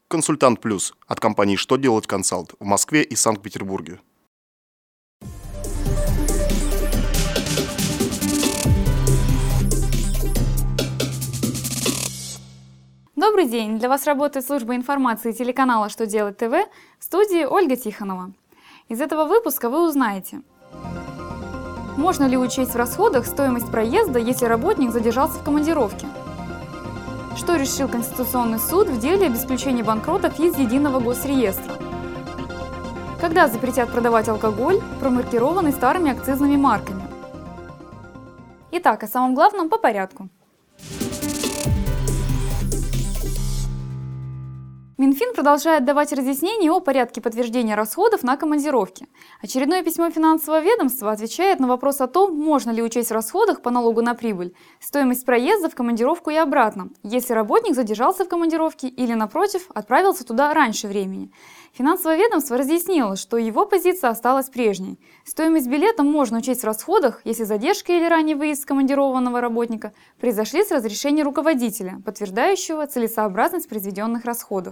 Консультант Плюс от компании «Что делать консалт» в Москве и Санкт-Петербурге. Добрый день! Для вас работает служба информации телеканала «Что делать ТВ», в студии Ольга Тихонова. Из этого выпуска вы узнаете: можно ли учесть в расходах стоимость проезда, если работник задержался в командировке? Что решил Конституционный суд в деле об исключении банкротов из Единого госреестра? Когда запретят продавать алкоголь, промаркированный старыми акцизными марками? Итак, о самом главном по порядку. Минфин продолжает давать разъяснения о порядке подтверждения расходов на командировки. Очередное письмо финансового ведомства отвечает на вопрос о том, можно ли учесть в расходах по налогу на прибыль стоимость проезда в командировку и обратно, если работник задержался в командировке или, напротив, отправился туда раньше времени. Финансовое ведомство разъяснило, что его позиция осталась прежней. Стоимость билета можно учесть в расходах, если задержка или ранний выезд командированного работника произошли с разрешения руководителя, подтверждающего целесообразность произведенных расходов.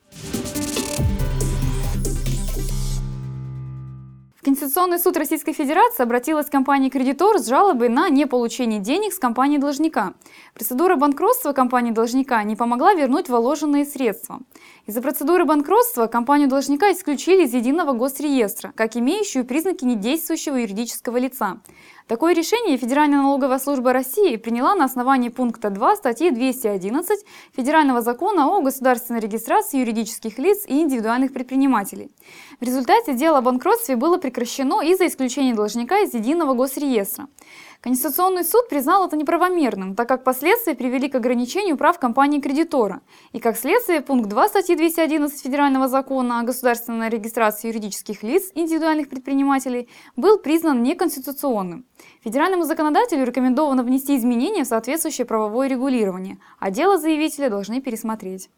В Конституционный суд Российской Федерации обратилась компания-кредитор с жалобой на неполучение денег с компании-должника. Процедура банкротства компании-должника не помогла вернуть вложенные средства. Из-за процедуры банкротства компанию-должника исключили из Единого госреестра, как имеющую признаки недействующего юридического лица. Такое решение Федеральная налоговая служба России приняла на основании пункта 2 статьи 211 Федерального закона о государственной регистрации юридических лиц и индивидуальных предпринимателей. В результате дело о банкротстве было прекращено из-за исключения должника из Единого госреестра. Конституционный суд признал это неправомерным, так как последствия привели к ограничению прав компании-кредитора. И как следствие, пункт 2 статьи 211 Федерального закона о государственной регистрации юридических лиц и индивидуальных предпринимателей был признан неконституционным. Федеральному законодателю рекомендовано внести изменения в соответствующее правовое регулирование, а дело заявителя должны пересмотреть.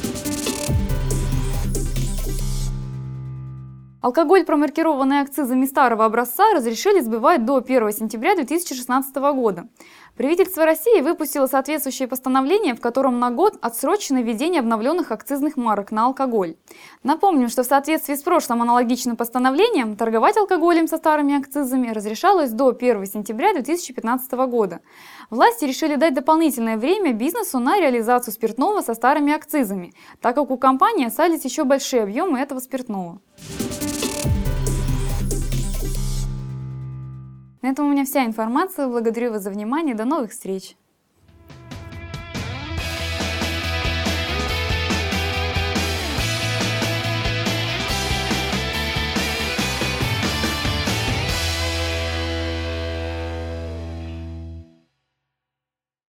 Алкоголь, промаркированный акцизами старого образца, разрешили сбывать до 1 сентября 2016 года. Правительство России выпустило соответствующее постановление, в котором на год отсрочено введение обновленных акцизных марок на алкоголь. Напомним, что в соответствии с прошлым аналогичным постановлением торговать алкоголем со старыми акцизами разрешалось до 1 сентября 2015 года. Власти решили дать дополнительное время бизнесу на реализацию спиртного со старыми акцизами, так как у компании остались еще большие объемы этого спиртного. На этом у меня вся информация. Благодарю вас за внимание. До новых встреч!